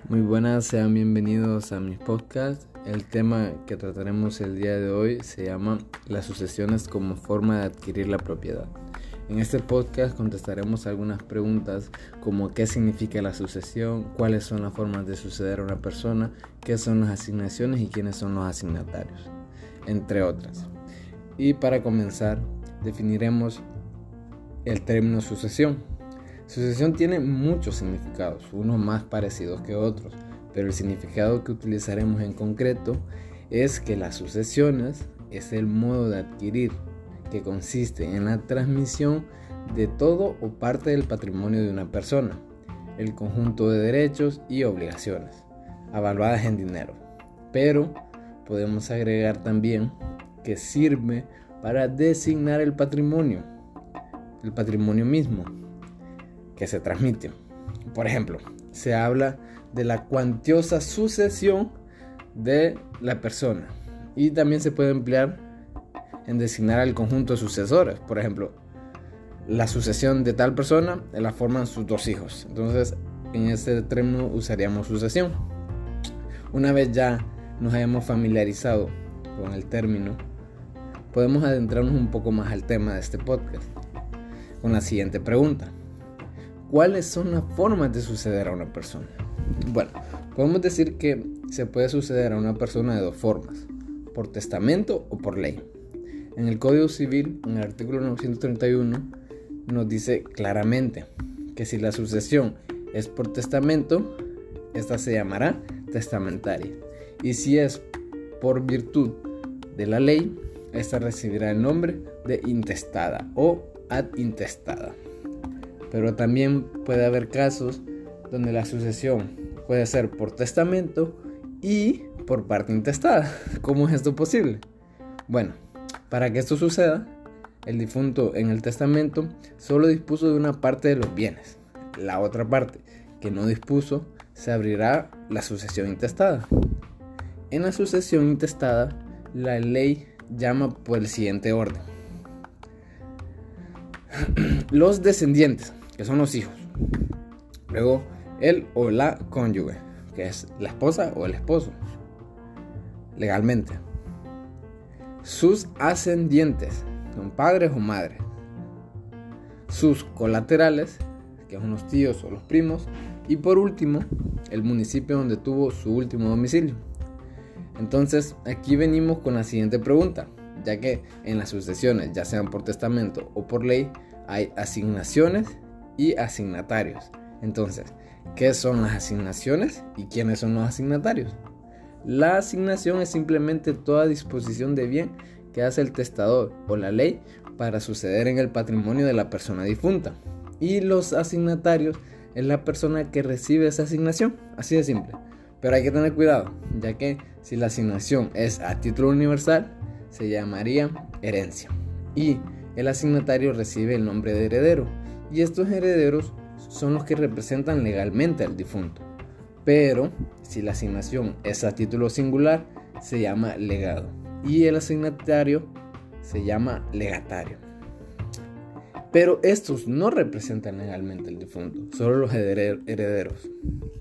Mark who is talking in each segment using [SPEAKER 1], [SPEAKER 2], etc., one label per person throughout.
[SPEAKER 1] Muy buenas, sean bienvenidos a mis podcasts. El tema que trataremos el día de hoy se llama las sucesiones como forma de adquirir la propiedad. En este podcast contestaremos algunas preguntas como qué significa la sucesión, cuáles son las formas de suceder a una persona, qué son las asignaciones y quiénes son los asignatarios, entre otras. Y para comenzar, definiremos el término sucesión. Sucesión tiene muchos significados, unos más parecidos que otros, pero el significado que utilizaremos en concreto es que las sucesiones es el modo de adquirir que consiste en la transmisión de todo o parte del patrimonio de una persona, el conjunto de derechos y obligaciones, avaluadas en dinero. Pero podemos agregar también que sirve para designar el patrimonio mismo que se transmite. Por ejemplo, se habla de la cuantiosa sucesión de la persona y también se puede emplear en designar al conjunto de sucesores. Por ejemplo, la sucesión de tal persona la forman sus dos hijos. Entonces, en este término usaríamos sucesión. Una vez ya nos hayamos familiarizado con el término, podemos adentrarnos un poco más al tema de este podcast con la siguiente pregunta: ¿cuáles son las formas de suceder a una persona? Bueno, podemos decir que se puede suceder a una persona de dos formas: por testamento o por ley. En el Código Civil, en el artículo 931, nos dice claramente que si la sucesión es por testamento, esta se llamará testamentaria. Y si es por virtud de la ley, esta recibirá el nombre de intestada o ad intestada. Pero también puede haber casos donde la sucesión puede ser por testamento y por parte intestada. ¿Cómo es esto posible? Bueno, para que esto suceda, el difunto en el testamento solo dispuso de una parte de los bienes. La otra parte que no dispuso, se abrirá la sucesión intestada. En la sucesión intestada, la ley llama por el siguiente orden: los descendientes, que son los hijos. Luego, el o la cónyuge, que es la esposa o el esposo, legalmente. Sus ascendientes, son padres o madres. Sus colaterales, que son los tíos o los primos. Y por último, el municipio donde tuvo su último domicilio. Entonces, aquí venimos con la siguiente pregunta, ya que en las sucesiones, ya sean por testamento o por ley, hay asignaciones y asignatarios. Entonces, ¿qué son las asignaciones y quiénes son los asignatarios? La asignación es simplemente toda disposición de bien que hace el testador o la ley para suceder en el patrimonio de la persona difunta. Y los asignatarios es la persona que recibe esa asignación, así de simple. Pero hay que tener cuidado, ya que si la asignación es a título universal, se llamaría herencia. Y el asignatario recibe el nombre de heredero. Y estos herederos son los que representan legalmente al difunto. Pero si la asignación es a título singular, se llama legado. Y el asignatario se llama legatario. Pero estos no representan legalmente al difunto, solo los herederos.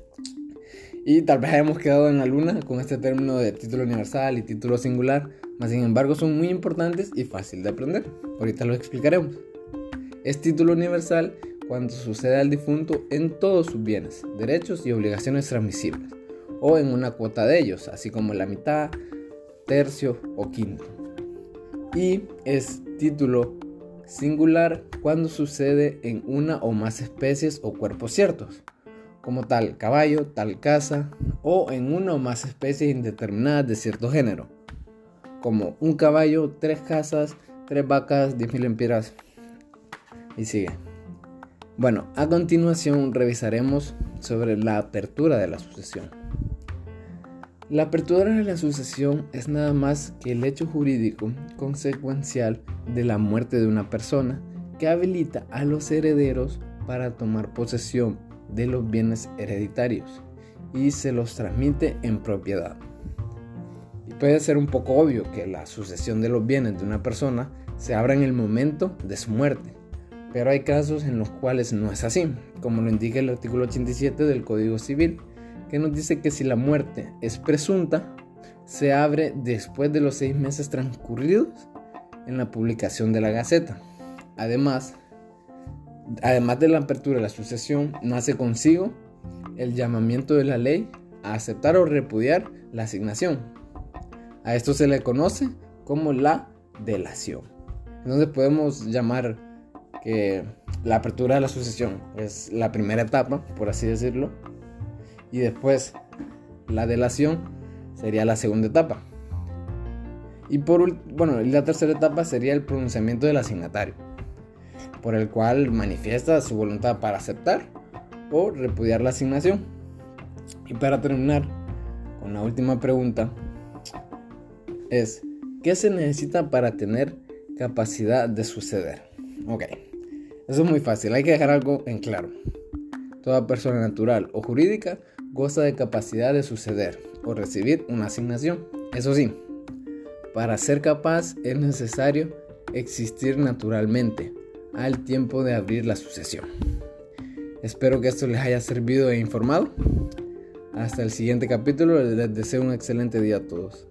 [SPEAKER 1] Y tal vez hayamos quedado en la luna con este término de título universal y título singular, mas sin embargo son muy importantes y fácil de aprender. Ahorita lo explicaremos. Es título universal cuando sucede al difunto en todos sus bienes, derechos y obligaciones transmisibles, o en una cuota de ellos, así como la mitad, tercio o quinto. Y es título singular cuando sucede en una o más especies o cuerpos ciertos, como tal caballo, tal casa, o en una o más especies indeterminadas de cierto género, como un caballo, 3 casas, 3 vacas, 10.000 lempiras, y sigue. Bueno, a continuación revisaremos sobre la apertura de la sucesión. La apertura de la sucesión es nada más que el hecho jurídico consecuencial de la muerte de una persona que habilita a los herederos para tomar posesión de los bienes hereditarios y se los transmite en propiedad. Y puede ser un poco obvio que la sucesión de los bienes de una persona se abra en el momento de su muerte, pero hay casos en los cuales no es así, como lo indica el artículo 87 del Código Civil, que nos dice que si la muerte es presunta, se abre después de los 6 meses transcurridos en la publicación de la Gaceta. Además de la apertura de la sucesión, nace consigo el llamamiento de la ley a aceptar o repudiar la asignación. A esto se le conoce como la delación. Entonces podemos llamar que la apertura de la sucesión es la primera etapa, por así decirlo, y después la delación sería la segunda etapa. Y la tercera etapa sería el pronunciamiento del asignatario, por el cual manifiesta su voluntad para aceptar o repudiar la asignación. Y para terminar con la última pregunta es: ¿qué se necesita para tener capacidad de suceder? Ok, eso es muy fácil, hay que dejar algo en claro. Toda persona natural o jurídica goza de capacidad de suceder o recibir una asignación. Eso sí, para ser capaz es necesario existir naturalmente al tiempo de abrir la sucesión. Espero que esto les haya servido e informado. Hasta el siguiente capítulo, les deseo un excelente día a todos.